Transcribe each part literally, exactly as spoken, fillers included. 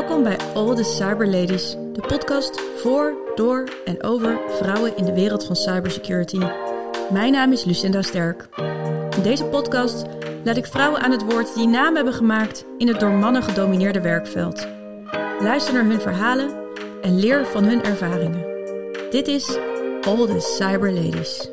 Welkom bij All the Cyber Ladies, de podcast voor, door en over vrouwen in de wereld van cybersecurity. Mijn naam is Lucinda Sterk. In deze podcast laat ik vrouwen aan het woord die naam hebben gemaakt in het door mannen gedomineerde werkveld. Luister naar hun verhalen en leer van hun ervaringen. Dit is All the Cyber Ladies.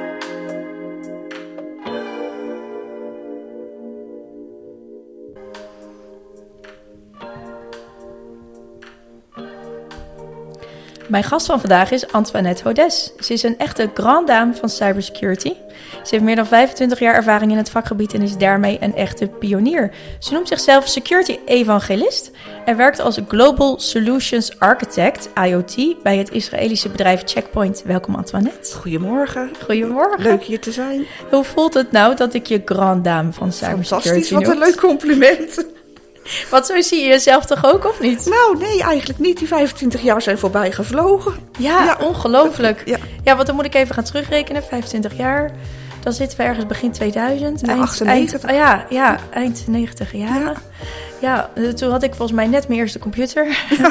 Mijn gast van vandaag is Antoinette Hodes. Ze is een echte grande dame van cybersecurity. Ze heeft meer dan vijfentwintig jaar ervaring in het vakgebied en is daarmee een echte pionier. Ze noemt zichzelf security evangelist en werkt als Global Solutions Architect, I O T, bij het Israëlische bedrijf Checkpoint. Welkom Antoinette. Goedemorgen. Goedemorgen. Leuk hier te zijn. Hoe voelt het nou dat ik je grande dame van cybersecurity Fantastisch, wat noem? een leuk compliment. Want zo zie je jezelf toch ook, of niet? Nou, nee, eigenlijk niet. Die vijfentwintig jaar zijn voorbij gevlogen. Ja, ja. Ongelooflijk. Ja. ja, want dan moet ik even gaan terugrekenen. vijfentwintig jaar. Dan zitten we ergens begin tweeduizend. Ja, eind, achtennegentig. Eind, oh ja, ja, eind negentig jaren. Ja. ja, toen had ik volgens mij net mijn eerste computer. Ja.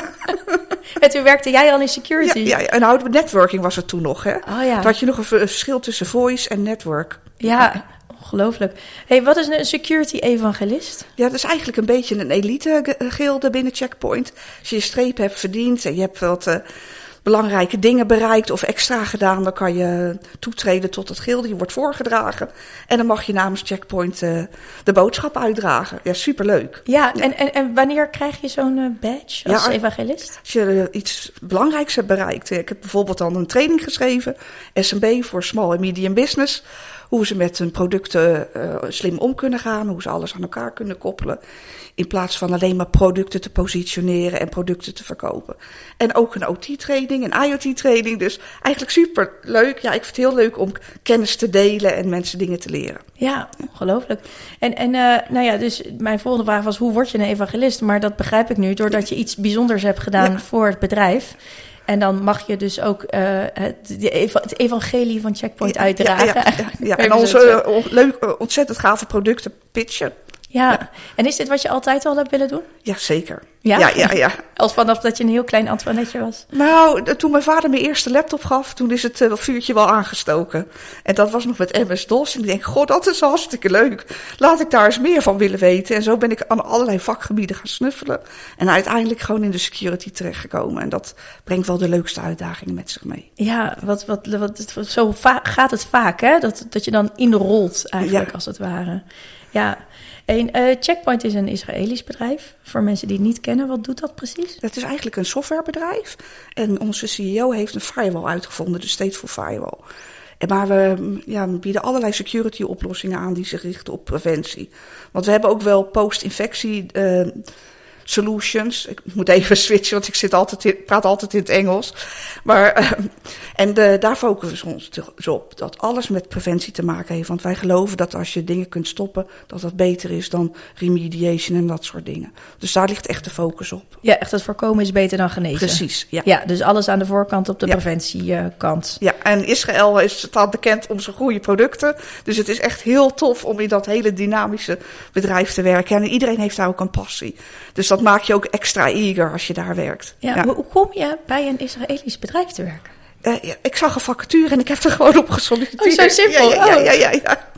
En toen werkte jij al in security. Ja, ja, en nou, networking was het toen nog, hè? Oh ja. Toen had je nog een verschil tussen voice en network. Ja, ongelooflijk. Hey, wat is een security evangelist? Ja, dat is eigenlijk een beetje een elite gilde binnen Checkpoint. Als je je streep hebt verdiend en je hebt wat uh, belangrijke dingen bereikt of extra gedaan, dan kan je toetreden tot het gilde. Je wordt voorgedragen en dan mag je namens Checkpoint uh, de boodschap uitdragen. Ja, superleuk. Ja, ja. En, en, en wanneer krijg je zo'n uh, badge als ja, evangelist? Als je uh, iets belangrijks hebt bereikt. Ik heb bijvoorbeeld dan een training geschreven, S M B voor Small and Medium Business. Hoe ze met hun producten uh, slim om kunnen gaan. Hoe ze alles aan elkaar kunnen koppelen. In plaats van alleen maar producten te positioneren en producten te verkopen. En ook een O T-training, een I O T-training. Dus eigenlijk super leuk. Ja, ik vind het heel leuk om kennis te delen en mensen dingen te leren. Ja, ongelooflijk. En, en uh, nou ja, dus mijn volgende vraag was, hoe word je een evangelist? Maar dat begrijp ik nu, doordat je iets bijzonders hebt gedaan ja. voor het bedrijf. En dan mag je dus ook uh, het, het evangelie van Checkpoint ja, uitdragen. Ja, ja, ja, ja. En onze uh, leuk, ontzettend gave producten pitchen. Ja. ja, en is dit wat je altijd al hebt willen doen? Ja, zeker. Ja? Ja, ja, ja. Als vanaf dat je een heel klein Antoinetje was? Nou, toen mijn vader mijn eerste laptop gaf, toen is het uh, vuurtje wel aangestoken. En dat was nog met M S-DOS. En ik denk, god, dat is hartstikke leuk. Laat ik daar eens meer van willen weten. En zo ben ik aan allerlei vakgebieden gaan snuffelen. En uiteindelijk gewoon in de security terechtgekomen. En dat brengt wel de leukste uitdagingen met zich mee. Ja, wat, wat, wat, zo va- gaat het vaak, hè? Dat, dat je dan inrolt eigenlijk, ja. als het ware. Ja. En, uh, Checkpoint is een Israëlisch bedrijf. Voor mensen die het niet kennen, wat doet dat precies? Het is eigenlijk een softwarebedrijf. En onze C E O heeft een firewall uitgevonden, de Stateful Firewall. En maar we ja, bieden allerlei security oplossingen aan die zich richten op preventie. Want we hebben ook wel post-infectie uh, solutions. Ik moet even switchen, want ik zit altijd in, praat altijd in het Engels. Maar, uh, en de, daar focussen we ons dus op. Dat alles met preventie te maken heeft. Want wij geloven dat als je dingen kunt stoppen, dat dat beter is dan remediation en dat soort dingen. Dus daar ligt echt de focus op. Ja, echt het voorkomen is beter dan genezen. Precies, ja. Ja, dus alles aan de voorkant op de ja. preventiekant. Ja, en Israël is staat bekend om zijn goede producten. Dus het is echt heel tof om in dat hele dynamische bedrijf te werken. En iedereen heeft daar ook een passie. Dus dat maakt je ook extra eager als je daar werkt. Ja, ja. Hoe kom je bij een Israëlisch bedrijf te werken? Uh, ja, ik zag een vacature en ik heb er gewoon op gesolliciteerd. Oh, zo simpel. Ja, ja, ja, ja, ja.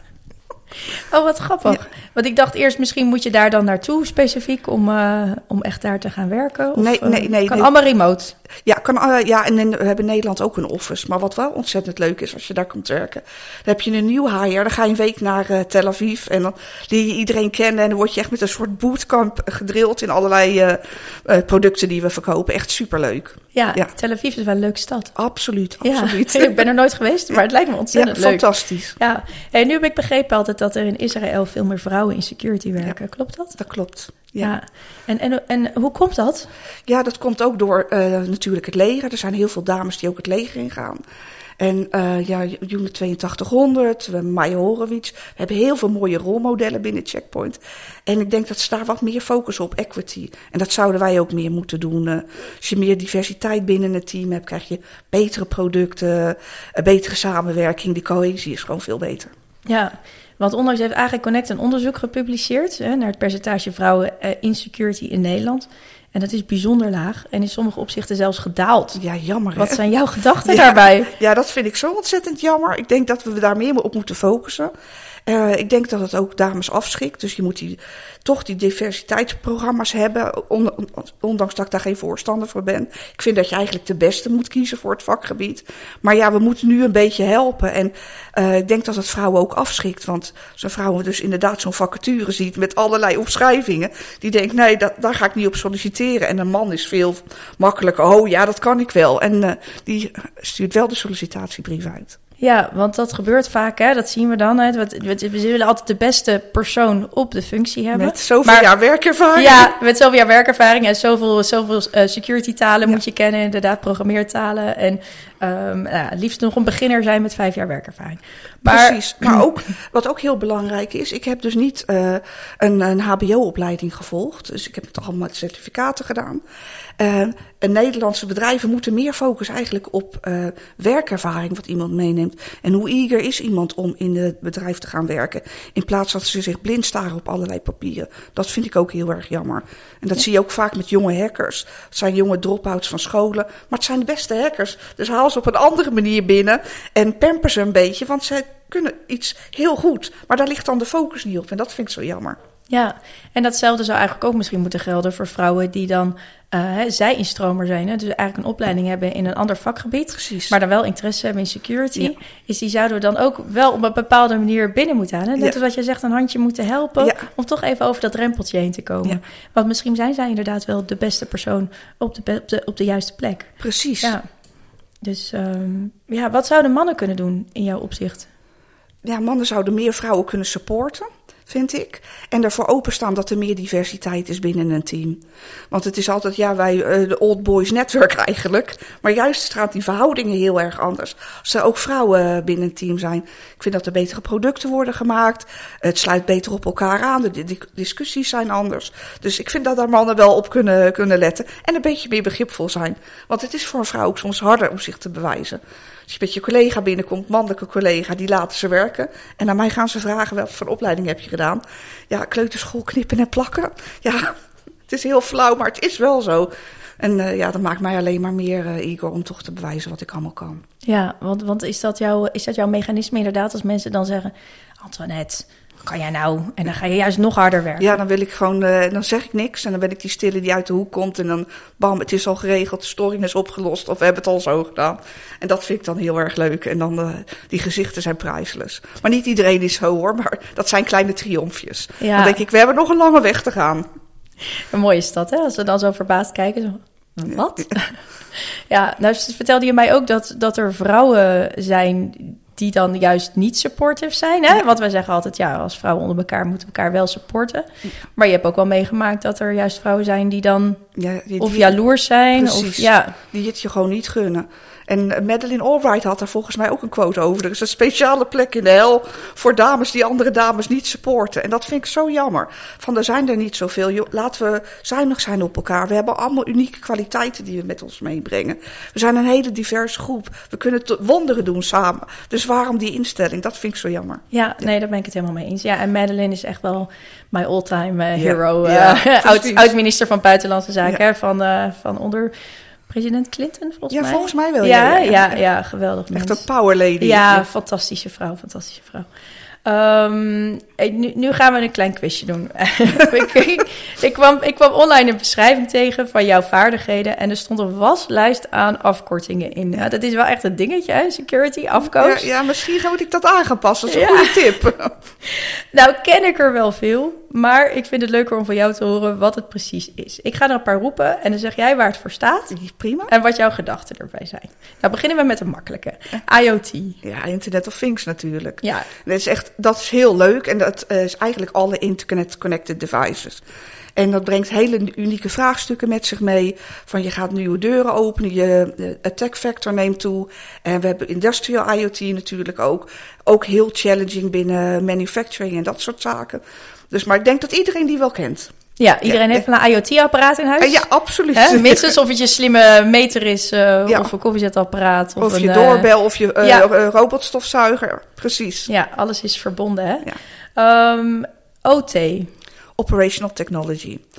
Oh, wat grappig. Ja. Want ik dacht eerst, misschien moet je daar dan naartoe specifiek om, uh, om echt daar te gaan werken. Of, nee, nee, nee. Kan nee. allemaal remote? Ja, kan, uh, ja, en in, we hebben in Nederland ook een office. Maar wat wel ontzettend leuk is als je daar komt werken. Dan heb je een nieuw hire. Dan ga je een week naar uh, Tel Aviv. En dan leer je iedereen kennen. En dan word je echt met een soort bootcamp gedrild in allerlei uh, uh, producten die we verkopen. Echt superleuk. Ja, ja, Tel Aviv is wel een leuke stad. Absoluut, absoluut. Ja, ik ben er nooit geweest, maar het lijkt me ontzettend ja, leuk. Fantastisch. Ja, en nu heb ik begrepen altijd dat er in Israël veel meer vrouwen in security werken. Ja. Klopt dat? Dat klopt. Ja. ja. En, en, en hoe komt dat? Ja, dat komt ook door uh, natuurlijk het leger. Er zijn heel veel dames die ook het leger ingaan. En uh, ja, Unit tweeëntachtig honderd, Maya Horowitz. We hebben heel veel mooie rolmodellen binnen Checkpoint. En ik denk dat ze daar wat meer focussen op equity. En dat zouden wij ook meer moeten doen. Uh, als je meer diversiteit binnen het team hebt, krijg je betere producten, een betere samenwerking. Die cohesie is gewoon veel beter. Ja, want onlangs heeft A G Connect een onderzoek gepubliceerd hè, naar het percentage vrouwen uh, in security in Nederland. En dat is bijzonder laag en in sommige opzichten zelfs gedaald. Ja, jammer. Wat hè? zijn jouw gedachten ja, daarbij? Ja, dat vind ik zo ontzettend jammer. Ik denk dat we daar meer op moeten focussen. Uh, ik denk dat het ook dames afschrikt. Dus je moet die, toch die diversiteitsprogramma's hebben. On, ondanks dat ik daar geen voorstander voor ben. Ik vind dat je eigenlijk de beste moet kiezen voor het vakgebied. Maar ja, we moeten nu een beetje helpen. En uh, ik denk dat het vrouwen ook afschrikt. Want als een vrouw dus inderdaad zo'n vacature ziet met allerlei omschrijvingen. Die denkt, nee, dat, daar ga ik niet op solliciteren. En een man is veel makkelijker. Oh ja, dat kan ik wel. En uh, die stuurt wel de sollicitatiebrief uit. Ja, want dat gebeurt vaak, hè? Dat zien we dan. Hè? We, we willen altijd de beste persoon op de functie hebben. Met zoveel maar, jaar werkervaring. Ja, met zoveel jaar werkervaring en zoveel, zoveel uh, security talen ja. moet je kennen. Inderdaad, programmeertalen. En um, nou, liefst nog een beginner zijn met vijf jaar werkervaring. Maar, Precies, maar ook, wat ook heel belangrijk is, ik heb dus niet uh, een, een H B O-opleiding gevolgd. Dus ik heb het allemaal met certificaten gedaan. Uh, en Nederlandse bedrijven moeten meer focussen eigenlijk op uh, werkervaring wat iemand meeneemt. En hoe eager is iemand om in het bedrijf te gaan werken. In plaats dat ze zich blind staren op allerlei papieren. Dat vind ik ook heel erg jammer. En dat ja. zie je ook vaak met jonge hackers. Het zijn jonge drop-outs van scholen. Maar het zijn de beste hackers. Dus haal ze op een andere manier binnen. En pamper ze een beetje. Want zij kunnen iets heel goed. Maar daar ligt dan de focus niet op. En dat vind ik zo jammer. Ja, en datzelfde zou eigenlijk ook misschien moeten gelden voor vrouwen die dan uh, zij-instromer zijn. Hè? Dus eigenlijk een opleiding hebben in een ander vakgebied. Precies. Maar dan wel interesse hebben in security. Ja. Is die zouden we dan ook wel op een bepaalde manier binnen moeten halen. Net ja. als wat je zegt, een handje moeten helpen. Ja. Om toch even over dat drempeltje heen te komen. Ja. Want misschien zijn zij inderdaad wel de beste persoon op de, op de, op de juiste plek. Precies. Ja. Dus um, ja, wat zouden mannen kunnen doen in jouw opzicht? Ja, mannen zouden meer vrouwen kunnen supporten, vind ik. En ervoor openstaan dat er meer diversiteit is binnen een team. Want het is altijd, ja, wij, uh, de old boys network eigenlijk. Maar juist staat die verhoudingen heel erg anders. Als er ook vrouwen binnen een team zijn. Ik vind dat er betere producten worden gemaakt. Het sluit beter op elkaar aan. De, de discussies zijn anders. Dus ik vind dat daar mannen wel op kunnen, kunnen letten. En een beetje meer begripvol zijn. Want het is voor een vrouw ook soms harder om zich te bewijzen. Als je met je collega binnenkomt, mannelijke collega, die laten ze werken. En aan mij gaan ze vragen, wat voor opleiding heb je gedaan? Ja, kleuterschool knippen en plakken. Ja, het is heel flauw, maar het is wel zo. En uh, ja, dat maakt mij alleen maar meer uh, eager om toch te bewijzen wat ik allemaal kan. Ja, want, want is, dat jouw, is dat jouw mechanisme inderdaad als mensen dan zeggen, Antoinette, kan jij nou? En dan ga je juist nog harder werken. Ja, dan wil ik gewoon, uh, dan zeg ik niks. En dan ben ik die stille die uit de hoek komt. En dan, bam, het is al geregeld, de storing is opgelost. Of we hebben het al zo gedaan. En dat vind ik dan heel erg leuk. En dan, uh, die gezichten zijn prijsloos. Maar niet iedereen is zo hoor. Maar dat zijn kleine triomfjes. Ja. Dan denk ik, we hebben nog een lange weg te gaan. Een mooie stad, hè? Als we dan zo verbaasd kijken. Zo, wat? Ja, ja, nou vertelde je mij ook dat, dat er vrouwen zijn die dan juist niet supportive zijn. Hè? Ja. Want wij zeggen altijd, ja, als vrouwen onder elkaar moeten we elkaar wel supporten. Maar je hebt ook wel meegemaakt dat er juist vrouwen zijn die dan ja, die, die, of jaloers zijn. Precies, of, ja. die het je gewoon niet gunnen. En Madeleine Albright had daar volgens mij ook een quote over. Er is een speciale plek in de hel voor dames die andere dames niet supporten. En dat vind ik zo jammer. Van, er zijn er niet zoveel. Laten we zuinig zijn op elkaar. We hebben allemaal unieke kwaliteiten die we met ons meebrengen. We zijn een hele diverse groep. We kunnen wonderen doen samen. Dus waarom die instelling? Dat vind ik zo jammer. Ja, ja. Nee, daar ben ik het helemaal mee eens. Ja, en Madeleine is echt wel my all-time uh, hero. Ja, ja, uh, oud, oud minister van Buitenlandse Zaken. Ja. Van, uh, van onder... president Clinton, volgens ja, mij. Ja, volgens mij wel. Ja, ja, ja, ja geweldig. Echt mens. een power lady. Ja, ja, fantastische vrouw, fantastische vrouw. Um, nu, nu gaan we een klein quizje doen. ik, ik, ik, kwam, ik kwam online een beschrijving tegen van jouw vaardigheden en er stond een waslijst aan afkortingen in. Ja, dat is wel echt een dingetje, hè? Security, afkoos. Ja, ja, misschien moet ik dat aan gaan passen. Dat is een ja. goede tip. Nou, ken ik er wel veel, maar ik vind het leuker om van jou te horen wat het precies is. Ik ga er een paar roepen en dan zeg jij waar het voor staat. Prima. En wat jouw gedachten erbij zijn. Nou, beginnen we met een makkelijke. I O T. Ja, Internet of Things natuurlijk. Ja. Dat is echt, dat is heel leuk en dat uh, is eigenlijk alle internet-connected devices. En dat brengt hele unieke vraagstukken met zich mee. Van je gaat nieuwe deuren openen, je attack factor neemt toe. En we hebben industrial I O T natuurlijk ook. Ook heel challenging binnen manufacturing en dat soort zaken. Dus, maar ik denk dat iedereen die wel kent. Ja, iedereen ja, heeft een I O T-apparaat in huis. Ja, absoluut. He, minstens of het je slimme meter is, uh, ja. of een koffiezetapparaat. Of, of een, je doorbel, uh, of je uh, ja. robotstofzuiger. Precies. Ja, alles is verbonden, hè? Ja. Um, O T. Operational Technology.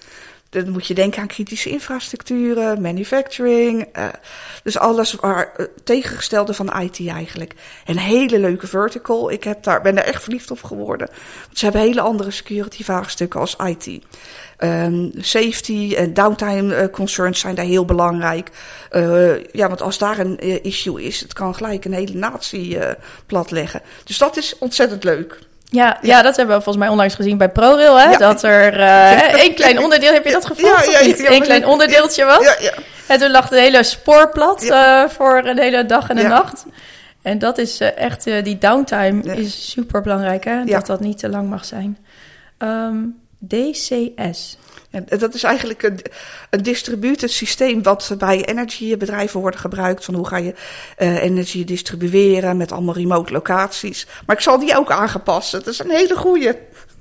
Dan moet je denken aan kritische infrastructuren, manufacturing. Uh, dus alles waar, uh, tegengestelde van I T eigenlijk. Een hele leuke vertical. Ik heb daar, ben daar echt verliefd op geworden. Want ze hebben hele andere security vraagstukken als I T. Um, safety en downtime uh, concerns zijn daar heel belangrijk. Uh, ja, want als daar een uh, issue is, het kan gelijk een hele natie uh, platleggen. Dus dat is ontzettend leuk. Ja, ja, ja, dat hebben we volgens mij onlangs gezien bij ProRail. Hè? Ja. Dat er uh, één klein onderdeel, heb je dat gevolgd? Ja, ja, ja, ja, Eén klein onderdeeltje was. Ja, ja. En toen lag de hele spoor plat ja. uh, voor een hele dag en een ja. nacht. En dat is uh, echt, uh, die downtime ja. is super belangrijk, hè? Dat ja. dat niet te lang mag zijn. Um, D C S. Ja, dat is eigenlijk een, een distributed systeem wat bij energiebedrijven wordt gebruikt. Van hoe ga je uh, energie distribueren met allemaal remote locaties. Maar ik zal die ook aangepassen. Dat is een hele goeie.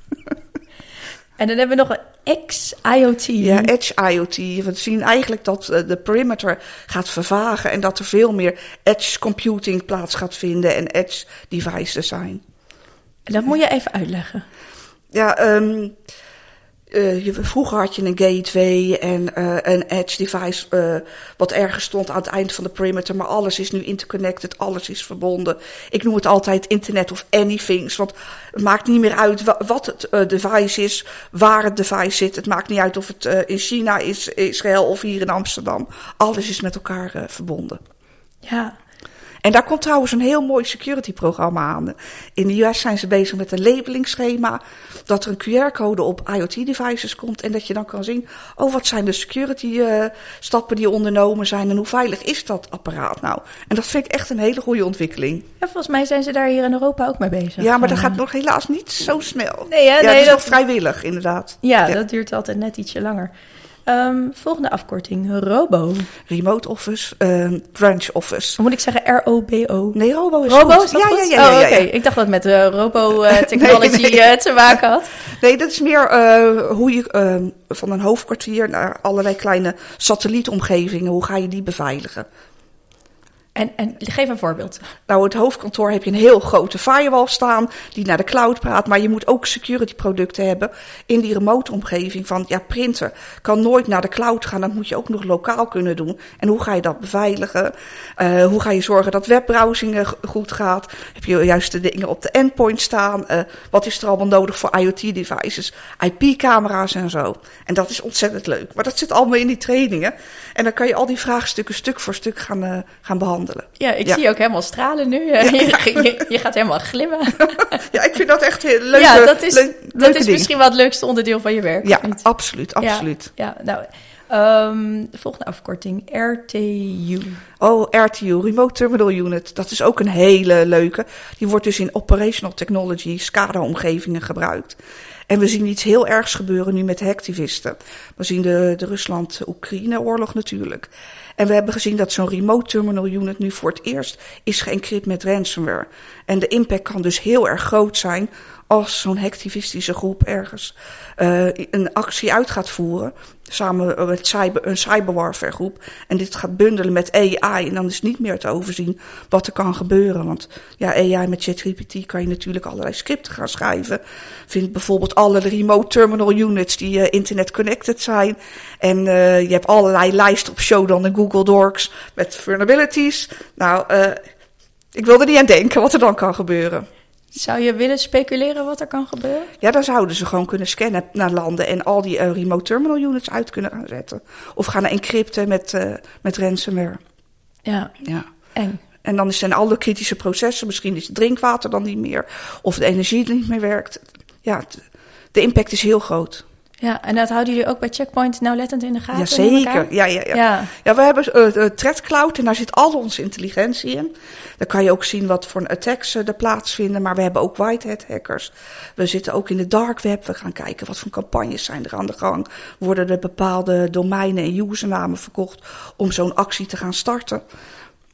En dan hebben we nog een Edge I O T. Ja, Edge I O T. We zien eigenlijk dat de perimeter gaat vervagen en dat er veel meer edge computing plaats gaat vinden en edge devices zijn. En dat moet je even uitleggen. Ja, um, Uh, je, vroeger had je een gateway en uh, een edge device uh, wat ergens stond aan het eind van de perimeter. Maar alles is nu interconnected, alles is verbonden. Ik noem het altijd Internet of Anythings. Want het maakt niet meer uit wa- wat het uh, device is, waar het device zit. Het maakt niet uit of het uh, in China is, Israël of hier in Amsterdam. Alles is met elkaar uh, verbonden. Ja. En daar komt trouwens een heel mooi security-programma aan. In de U S zijn ze bezig met een labelingschema. Dat er een Q R-code op I O T-devices komt. En dat je dan kan zien, oh, wat zijn de security-stappen uh, die ondernomen zijn. En hoe veilig is dat apparaat nou? En dat vind ik echt een hele goede ontwikkeling. Ja, volgens mij zijn ze daar hier in Europa ook mee bezig. Ja, maar dat gaat nog helaas niet zo snel. Nee, hè? Ja, nee, het is dat nog vrijwillig, inderdaad. Ja, ja, dat duurt altijd net ietsje langer. Um, volgende afkorting, Robo. Remote Office, um, Branch Office. Dan moet ik zeggen R O B O? Nee, Robo is Robo, goed. Is dat ja, goed? ja, ja, ja, ja, Oh, ja. oké. Okay. Ik dacht dat het met uh, Robo-technology uh, nee, nee. uh, te maken had. Nee, dat is meer uh, hoe je uh, van een hoofdkwartier naar allerlei kleine satellietomgevingen, hoe ga je die beveiligen? En, en geef een voorbeeld. Nou, het hoofdkantoor heb je een heel grote firewall staan die naar de cloud praat. Maar je moet ook security producten hebben in die remote omgeving. Van ja, printer kan nooit naar de cloud gaan. Dat moet je ook nog lokaal kunnen doen. En hoe ga je dat beveiligen? Uh, hoe ga je zorgen dat webbrowsing goed gaat? Heb je juist de dingen op de endpoint staan? Uh, wat is er allemaal nodig voor I O T-devices? I P-camera's en zo. En dat is ontzettend leuk. Maar dat zit allemaal in die trainingen. En dan kan je al die vraagstukken stuk voor stuk gaan, uh, gaan behandelen. Ja, ik ja. zie je ook helemaal stralen nu. Ja. Je, je, je gaat helemaal glimmen. Ja, ik vind dat echt heel leuk. Ja, dat is, le- dat is misschien wel het leukste onderdeel van je werk. Ja, absoluut, absoluut. Ja, ja nou, um, de volgende afkorting, R T U. Oh, R T U, Remote Terminal Unit. Dat is ook een hele leuke. Die wordt dus in Operational Technology, SCADA-omgevingen gebruikt. En we zien iets heel ergs gebeuren nu met de hacktivisten. We zien de, de Rusland-Oekraïne-oorlog natuurlijk. En we hebben gezien dat zo'n remote terminal unit nu voor het eerst is geëncrypt met ransomware. En de impact kan dus heel erg groot zijn als zo'n hacktivistische groep ergens uh, een actie uit gaat voeren. Samen met cyber, een cyberwarfare groep. En dit gaat bundelen met A I. En dan is niet meer te overzien wat er kan gebeuren. Want ja, A I met ChatGPT kan je natuurlijk allerlei scripten gaan schrijven. Vind bijvoorbeeld alle remote terminal units die uh, internet connected zijn. En uh, je hebt allerlei lijsten op Shodan en Google Docs met vulnerabilities. Nou, uh, ik wil er niet aan denken wat er dan kan gebeuren. Zou je willen speculeren wat er kan gebeuren? Ja, dan zouden ze gewoon kunnen scannen naar landen en al die uh, remote terminal units uit kunnen gaan zetten. Of gaan encrypten met, uh, met ransomware. Ja, ja. eng. En dan zijn alle kritische processen, misschien is het drinkwater dan niet meer, of de energie niet meer werkt. Ja, de impact is heel groot. Ja, en dat houden jullie ook bij Checkpoint nauwlettend in de gaten? Ja, zeker. Ja, ja, ja. Ja. ja, we hebben uh, uh, Threat Cloud en daar zit al onze intelligentie in. Dan kan je ook zien wat voor attacks uh, er plaatsvinden. Maar we hebben ook whitehat hackers. We zitten ook in de dark web. We gaan kijken wat voor campagnes zijn er aan de gang. Worden er bepaalde domeinen en usernamen verkocht om zo'n actie te gaan starten.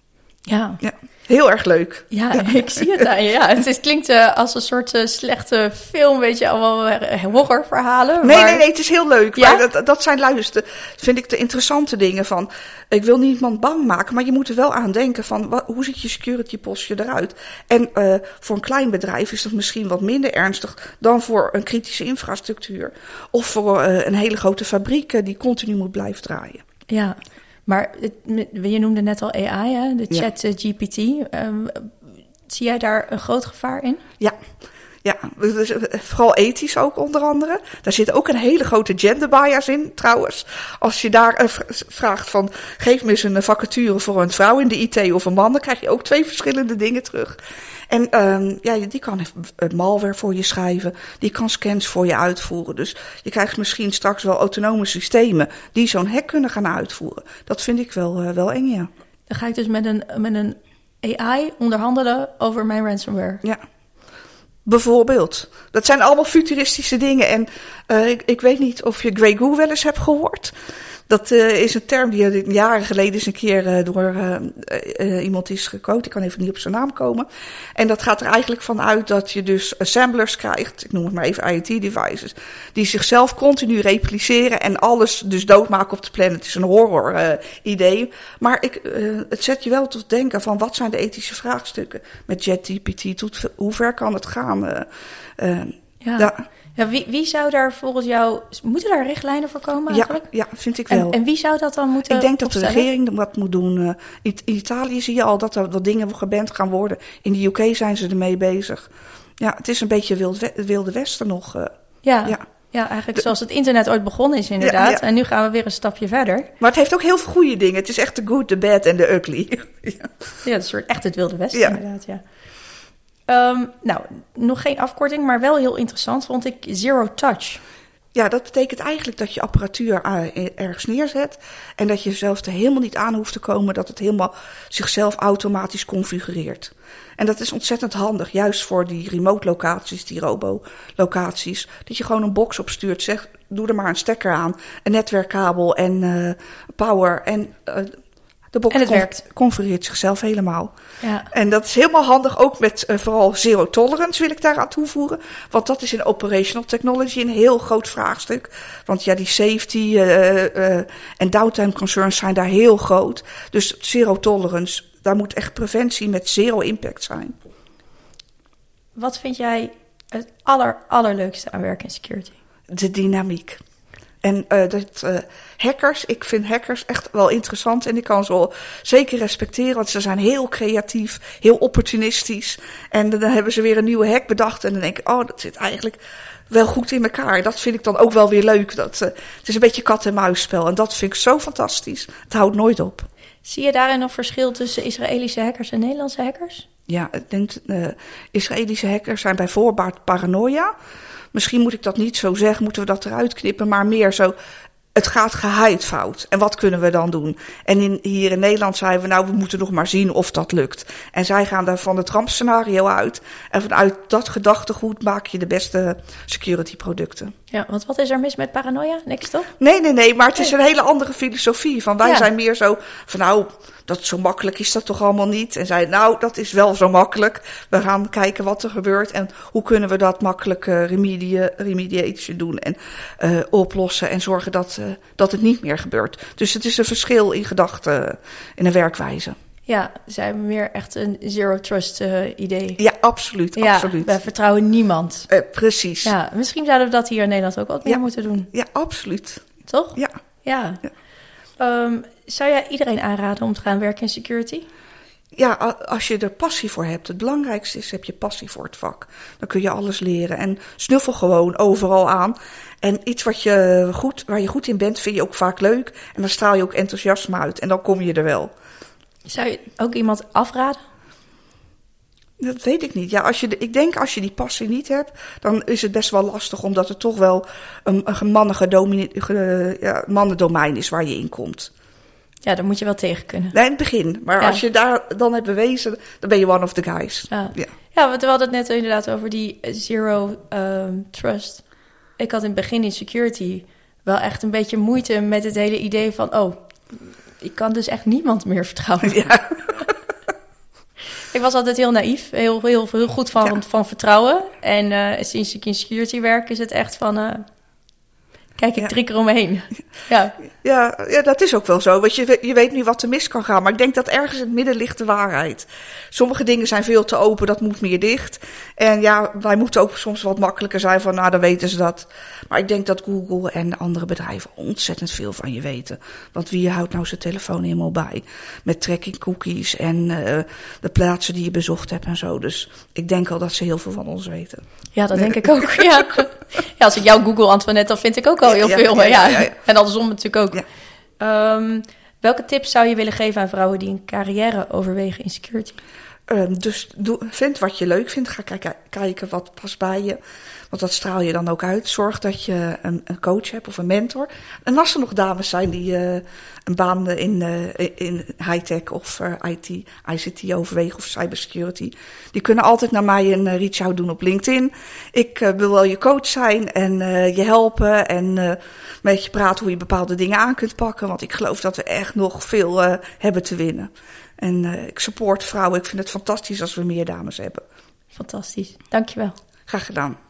Ja. ja. Heel erg leuk. Ja, ja, ik zie het aan je. Ja, het is, klinkt uh, als een soort uh, slechte film, weet je, allemaal uh, horrorverhalen. Nee, maar... nee, nee, het is heel leuk. Ja? Maar dat, dat zijn luister, vind ik de interessante dingen van. Ik wil niemand bang maken, maar je moet er wel aan denken van wat, hoe ziet je security postje eruit? En uh, voor een klein bedrijf is dat misschien wat minder ernstig dan voor een kritische infrastructuur. Of voor uh, een hele grote fabriek uh, die continu moet blijven draaien. Ja. Maar het, je noemde net al A I, hè? De chat ja. G P T. Um, zie jij daar een groot gevaar in? Ja, ja, dus vooral ethisch ook onder andere. Daar zit ook een hele grote gender bias in trouwens. Als je daar uh, vraagt van geef me eens een vacature voor een vrouw in de I T of een man, dan krijg je ook twee verschillende dingen terug. En um, ja, die kan malware voor je schrijven, die kan scans voor je uitvoeren. Dus je krijgt misschien straks wel autonome systemen die zo'n hack kunnen gaan uitvoeren. Dat vind ik wel, uh, wel eng, ja. Dan ga ik dus met een, met een A I onderhandelen over mijn ransomware. Ja. Bijvoorbeeld. Dat zijn allemaal futuristische dingen. En uh, ik, ik weet niet of je Grey Goo wel eens hebt gehoord. Dat uh, is een term die jaren geleden eens een keer uh, door uh, uh, iemand is gequote. Ik kan even niet op zijn naam komen. En dat gaat er eigenlijk van uit dat je dus assemblers krijgt, ik noem het maar even I O T-devices, die zichzelf continu repliceren en alles dus doodmaken op de planet. Het is een horror uh, idee. Maar ik, uh, het zet je wel tot denken van wat zijn de ethische vraagstukken met ChatGPT? Tot hoe ver kan het gaan? Uh, uh, ja. Da- Ja, wie, wie zou daar volgens jou... Moeten daar richtlijnen voor komen eigenlijk? Ja, ja vind ik wel. En, en wie zou dat dan moeten Ik denk dat opstellen? de regering dat moet doen. Uh, in, in Italië zie je al dat er wat dingen geband gaan worden. In de U K zijn ze ermee bezig. Ja, het is een beetje wild, wilde westen nog. Uh, ja, ja. ja, eigenlijk de, zoals het internet ooit begonnen is inderdaad. Ja, ja. En nu gaan we weer een stapje verder. Maar het heeft ook heel veel goede dingen. Het is echt de good, de bad en de ugly. ja, ja, het is soort echt het wilde westen ja. inderdaad, ja. Um, nou, nog geen afkorting, maar wel heel interessant vond ik Zero Touch. Ja, dat betekent eigenlijk dat je apparatuur ergens neerzet en dat je zelf er helemaal niet aan hoeft te komen, dat het helemaal zichzelf automatisch configureert. En dat is ontzettend handig, juist voor die remote locaties, die robo-locaties, dat je gewoon een box opstuurt, zeg, doe er maar een stekker aan, een netwerkkabel en uh, power en... Uh, De box en het werkt. configureert zichzelf helemaal. Ja. En dat is helemaal handig, ook met uh, vooral zero tolerance wil ik daaraan toevoegen. Want dat is in operational technology een heel groot vraagstuk. Want ja, die safety uh, uh, en downtime concerns zijn daar heel groot. Dus zero tolerance, daar moet echt preventie met zero impact zijn. Wat vind jij het aller, allerleukste aan werk in security? De dynamiek. En uh, dat uh, hackers, ik vind hackers echt wel interessant en ik kan ze wel zeker respecteren, want ze zijn heel creatief, heel opportunistisch. En dan hebben ze weer een nieuwe hack bedacht en dan denk ik, oh, dat zit eigenlijk wel goed in elkaar. Dat vind ik dan ook wel weer leuk. Dat, uh, het is een beetje kat-en-muisspel en dat vind ik zo fantastisch. Het houdt nooit op. Zie je daarin nog verschil tussen Israëlische hackers en Nederlandse hackers? Ja, ik denk, uh, Israëlische hackers zijn bij voorbaat paranoia. Misschien moet ik dat niet zo zeggen, moeten we dat eruit knippen, maar meer zo, het gaat geheid fout. En wat kunnen we dan doen? En in, hier in Nederland zeiden we, nou, we moeten nog maar zien of dat lukt. En zij gaan daar van het rampscenario uit. En vanuit dat gedachtegoed maak je de beste security producten. Ja, want wat is er mis met paranoia? Niks toch? Nee, nee, nee, maar het is een hele andere filosofie. Van wij ja. zijn meer zo van, nou, dat zo makkelijk is dat toch allemaal niet. En zij, nou, dat is wel zo makkelijk. We gaan kijken wat er gebeurt en hoe kunnen we dat makkelijk uh, remedie, remediation doen en uh, oplossen en zorgen dat, uh, dat het niet meer gebeurt. Dus het is een verschil in gedachten, uh, in een werkwijze. Ja, ze hebben meer echt een zero trust uh, idee. Ja, absoluut, ja, absoluut. Wij vertrouwen niemand. Uh, precies. Ja, misschien zouden we dat hier in Nederland ook wat meer ja. moeten doen. Ja, absoluut. Toch? Ja. Ja. ja. Um, zou jij iedereen aanraden om te gaan werken in security? Ja, als je er passie voor hebt. Het belangrijkste is, heb je passie voor het vak. Dan kun je alles leren. En snuffel gewoon overal aan. En iets wat je goed, waar je goed in bent, vind je ook vaak leuk. En dan straal je ook enthousiasme uit. En dan kom je er wel. Zou je ook iemand afraden? Dat weet ik niet. Ja, als je de, ik denk als je die passie niet hebt, dan is het best wel lastig, omdat het toch wel een, een mannige domine, ge, ja, mannendomein is waar je in komt. Ja, daar moet je wel tegen kunnen. Nee, in het begin. Maar ja. als je daar dan hebt bewezen, dan ben je one of the guys. Ja, ja. ja want we hadden het net inderdaad over die zero um, trust. Ik had in het begin in security wel echt een beetje moeite met het hele idee van, oh, ik kan dus echt niemand meer vertrouwen. Ja. Ik was altijd heel naïef, heel, heel, heel goed van, ja. van vertrouwen. En uh, sinds ik in security werk is het echt van... Uh, kijk ik ja. drie keer om me heen. Ja. Ja, ja, dat is ook wel zo. Want je, je weet nu wat er mis kan gaan. Maar ik denk dat ergens in het midden ligt de waarheid. Sommige dingen zijn veel te open, dat moet meer dicht. En ja, wij moeten ook soms wat makkelijker zijn van, nou, dan weten ze dat. Maar ik denk dat Google en andere bedrijven ontzettend veel van je weten. Want wie houdt nou zijn telefoon helemaal bij? Met tracking cookies en uh, de plaatsen die je bezocht hebt en zo. Dus ik denk al dat ze heel veel van ons weten. Ja, dat denk ik ook. Ja. Ja, als ik jou Google, Antoinette, dan vind ik ook al heel ja, veel. Ja, ja, ja, ja. En andersom natuurlijk ook. Ja. Um, welke tips zou je willen geven aan vrouwen die een carrière overwegen in security? Um, dus doe, vind wat je leuk vindt. Ga kijken, kijken wat past bij je. Want dat straal je dan ook uit. Zorg dat je een, een coach hebt of een mentor. En als er nog dames zijn die uh, een baan in, uh, in high-tech of uh, I T, I C T overwegen of cybersecurity. Die kunnen altijd naar mij een uh, reach-out doen op LinkedIn. Ik uh, wil wel je coach zijn en uh, je helpen. En uh, met je praten hoe je bepaalde dingen aan kunt pakken. Want ik geloof dat we echt nog veel uh, hebben te winnen. En uh, ik support vrouwen. Ik vind het fantastisch als we meer dames hebben. Fantastisch. Dankjewel. Graag gedaan.